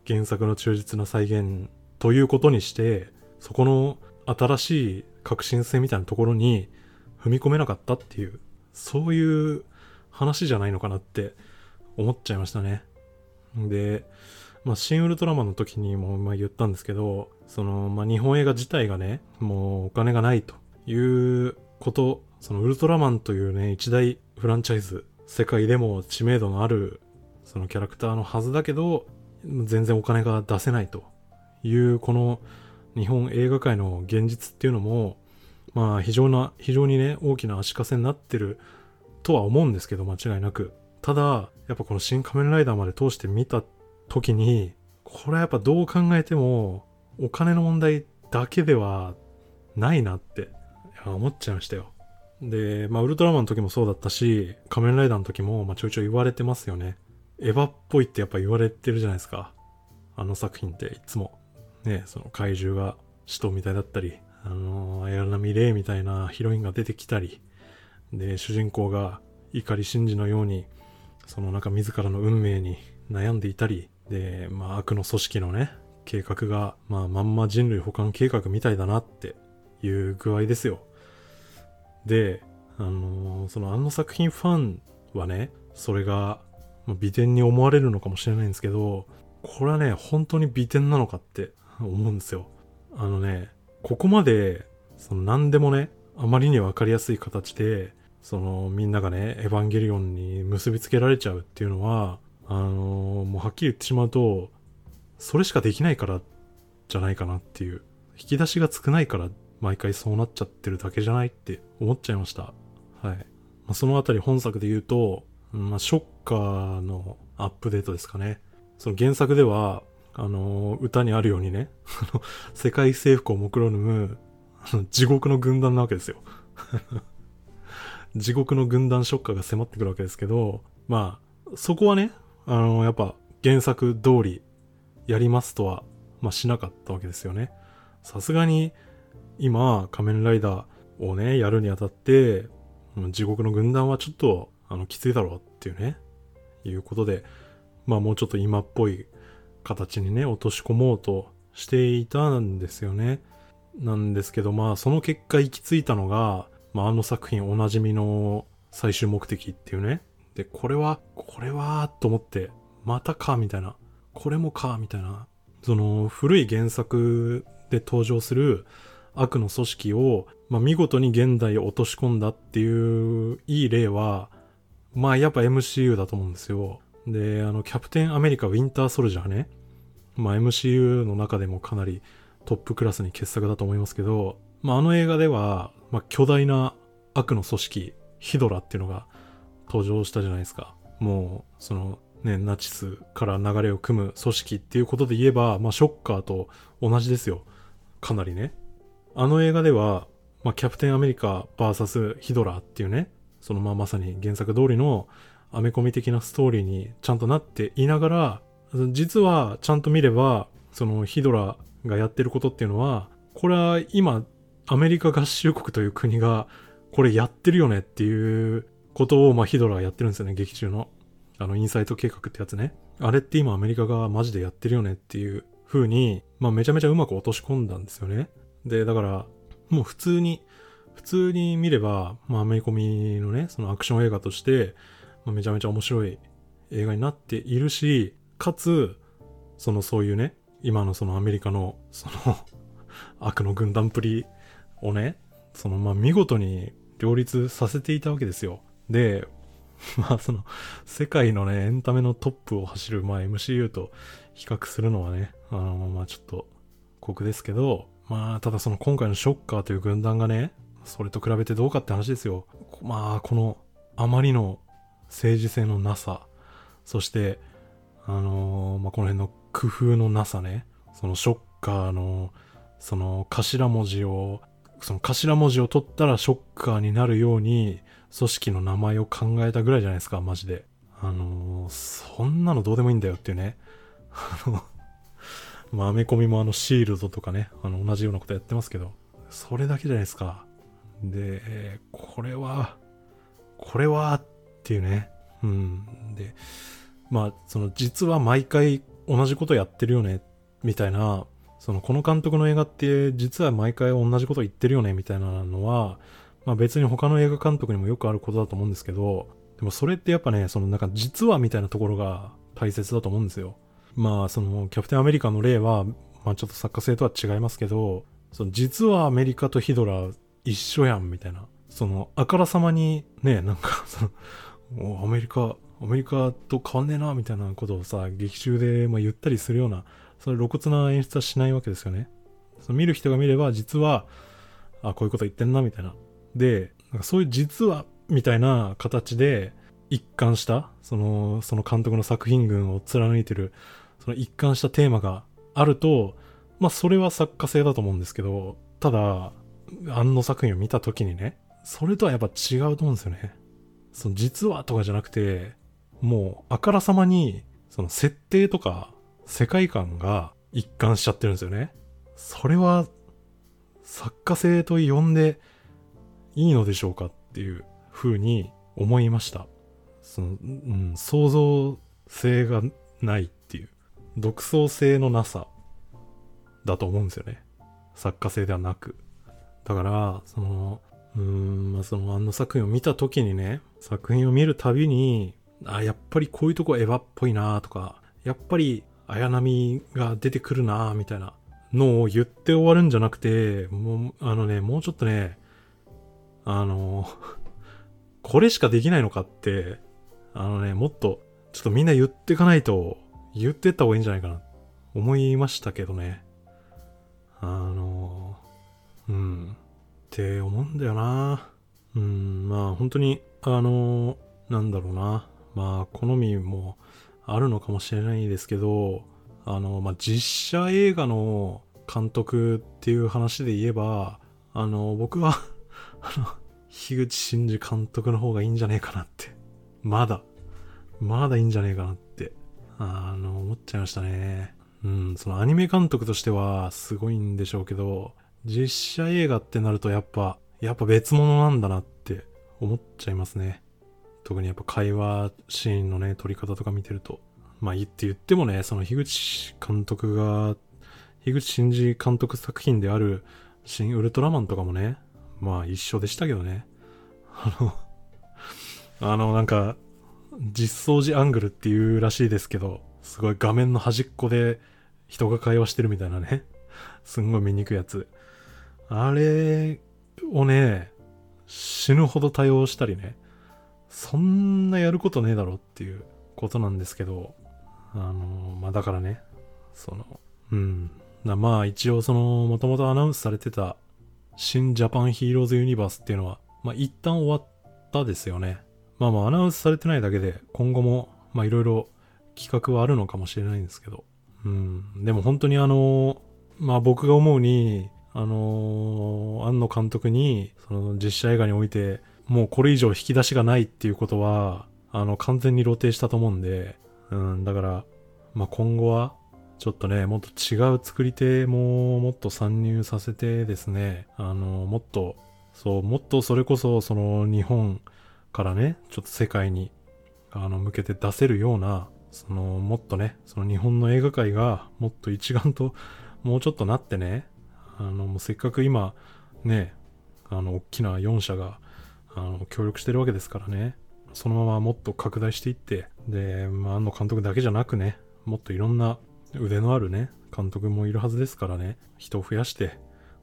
原作の忠実な再現ということにして、そこの新しい革新性みたいなところに踏み込めなかったっていう、そういう話じゃないのかなって思っちゃいましたね。で、新ウルトラマンの時にも言ったんですけど、日本映画自体がね、もうお金がないということ、そのウルトラマンというね、一大フランチャイズ、世界でも知名度のあるそのキャラクターのはずだけど、全然お金が出せないというこの日本映画界の現実っていうのも、非常にね、大きな足かせになってるとは思うんですけど、間違いなく。ただ、やっぱこの新仮面ライダーまで通して見た時に、これはやっぱどう考えてもお金の問題だけではないなって思っちゃいましたよ。で、ウルトラマンの時もそうだったし、仮面ライダーの時もちょいちょい言われてますよね。エヴァっぽいってやっぱ言われてるじゃないですか。あの作品っていつも。ね、その怪獣が使徒みたいだったり、綾波レイみたいなヒロインが出てきたり、で、主人公が碇シンジのように、自らの運命に悩んでいたり、で、悪の組織のね、計画が、まんま人類保管計画みたいだなっていう具合ですよ。で、あの作品ファンはね、それが、美点に思われるのかもしれないんですけど、これはね、本当に美点なのかって思うんですよ。ここまで、何でもね、あまりにわかりやすい形で、みんながね、エヴァンゲリオンに結びつけられちゃうっていうのは、もうはっきり言ってしまうと、それしかできないからじゃないかなっていう、引き出しが少ないから毎回そうなっちゃってるだけじゃないって思っちゃいました。はい。そのあたり本作で言うと、ショッカーのアップデートですかね。その原作では、歌にあるようにね、世界征服を目論む、地獄の軍団なわけですよ。地獄の軍団ショッカーが迫ってくるわけですけど、そこはね、やっぱ原作通りやりますとは、しなかったわけですよね。さすがに、今、仮面ライダーをね、やるにあたって、地獄の軍団はちょっと、きついだろうっていうね、いうことで、もうちょっと今っぽい形にね、落とし込もうとしていたんですよね。なんですけど、その結果行き着いたのが、あの作品おなじみの最終目的っていうね。で、これは、と思って、またか、みたいな。これもか、みたいな。古い原作で登場する悪の組織を、見事に現代へ落とし込んだっていういい例は、やっぱ MCU だと思うんですよ。で、キャプテンアメリカウィンターソルジャーね。MCU の中でもかなりトップクラスに傑作だと思いますけど、あの映画では、巨大な悪の組織、ヒドラっていうのが登場したじゃないですか。もう、ナチスから流れを組む組織っていうことで言えば、ショッカーと同じですよ。かなりね。あの映画では、キャプテンアメリカ VS ヒドラっていうね、まさに原作通りのアメコミ的なストーリーにちゃんとなっていながら、実はちゃんと見れば、ヒドラがやってることっていうのは、これは今、アメリカ合衆国という国が、これやってるよねっていうことを、ヒドラがやってるんですよね、劇中の。インサイト計画ってやつね。あれって今アメリカがマジでやってるよねっていう風に、めちゃめちゃうまく落とし込んだんですよね。で、だから、もう普通に見れば、アメコミのね、アクション映画として、めちゃめちゃ面白い映画になっているし、かつ、そういうね、今のアメリカの、悪の軍団っぷりをね、見事に両立させていたわけですよ。で、世界のね、エンタメのトップを走る、MCU と比較するのはね、ちょっと酷ですけど、ただ今回のショッカーという軍団がね、それと比べてどうかって話ですよ。この、あまりの政治性のなさ、そして、この辺の工夫のなさね、ショッカーの、頭文字を取ったらショッカーになるように、組織の名前を考えたぐらいじゃないですか、マジで。そんなのどうでもいいんだよっていうね。アメコミもシールドとかね、同じようなことやってますけど、それだけじゃないですか。で、これはっていうね。で、実は毎回同じことやってるよね、みたいな、この監督の映画って実は毎回同じこと言ってるよね、みたいなのは、まあ別に他の映画監督にもよくあることだと思うんですけど、でもそれってやっぱね、なんか実はみたいなところが大切だと思うんですよ。まあキャプテンアメリカの例は、まあちょっと作家性とは違いますけど、実はアメリカとヒドラー一緒やんみたいな、あからさまにね、なんかアメリカと変わんねえなみたいなことをさ、劇中で言ったりするような、それ露骨な演出はしないわけですよね。見る人が見れば実はこういうこと言ってんなみたいな。で、なんかそういう実はみたいな形で一貫したその監督の作品群を貫いてるその一貫したテーマがあると、まあそれは作家性だと思うんですけど、ただの作品を見た時にね、それとはやっぱ違うと思うんですよね。実はとかじゃなくて、もうあからさまに設定とか世界観が一貫しちゃってるんですよね。それは作家性と呼んでいいのでしょうかっていう風に思いました。創造性がないっていう、独創性のなさだと思うんですよね。作家性ではなく。だから作品を見た時にね、作品を見るたびに、やっぱりこういうとこエヴァっぽいなとか、やっぱり綾波が出てくるなみたいなのを言って終わるんじゃなくて、もうちょっとね、これしかできないのかって、もっとちょっとみんな言っていかないと、言ってった方がいいんじゃないかな思いましたけどね。って思うんだよな。まあ本当になんだろうな、まあ好みもあるのかもしれないですけど、まあ実写映画の監督っていう話で言えば、僕は樋口真嗣監督の方がいいんじゃねえかなって、まだいいんじゃねえかなって思っちゃいましたね。アニメ監督としてはすごいんでしょうけど、実写映画ってなるとやっぱ別物なんだなって思っちゃいますね。特にやっぱ会話シーンのね、撮り方とか見てると。まあ言ってもね、樋口真嗣監督作品である新ウルトラマンとかもね、まあ一緒でしたけどね。なんか、実相寺アングルっていうらしいですけど、すごい画面の端っこで人が会話してるみたいなね。すんごい見にくいやつ。あれをね、死ぬほど多用したりね、そんなやることねえだろっていうことなんですけど、まあだからね、まあ一応もともとアナウンスされてた新ジャパンヒーローズユニバースっていうのは、まあ一旦終わったですよね。まあアナウンスされてないだけで今後もまあいろいろ企画はあるのかもしれないんですけど、でも本当にまあ僕が思うに、庵野監督に実写映画においてもうこれ以上引き出しがないっていうことは完全に露呈したと思うんで、だからまあ今後はちょっとね、もっと違う作り手ももっと参入させてですね、もっとそれこそ日本からね、ちょっと世界に向けて出せるような、もっとね、日本の映画界がもっと一丸ともうちょっとなってね、もうせっかく今ね、大きな4社が協力してるわけですからね、そのままもっと拡大していって、で、まあ、庵野監督だけじゃなくね、もっといろんな腕のあるね、監督もいるはずですからね、人を増やして、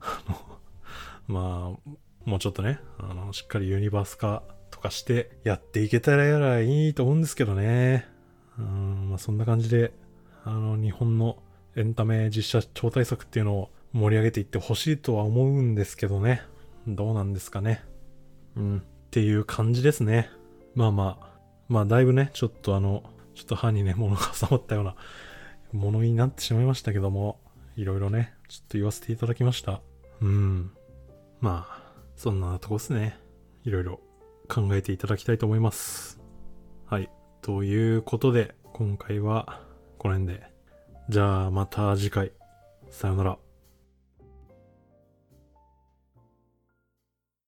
まあ、もうちょっとね、しっかりユニバース化とかしてやっていけたらいいと思うんですけどね。まあそんな感じで、日本のエンタメ実写超大作っていうのを盛り上げていってほしいとは思うんですけどね。どうなんですかね。っていう感じですね。まあだいぶね、ちょっと歯にね、物が挟まったようなものになってしまいましたけども、いろいろね、ちょっと言わせていただきました。まあ、そんなとこですね。いろいろ考えていただきたいと思います。はい。ということで、今回はこの辺で。じゃあまた次回。さよなら。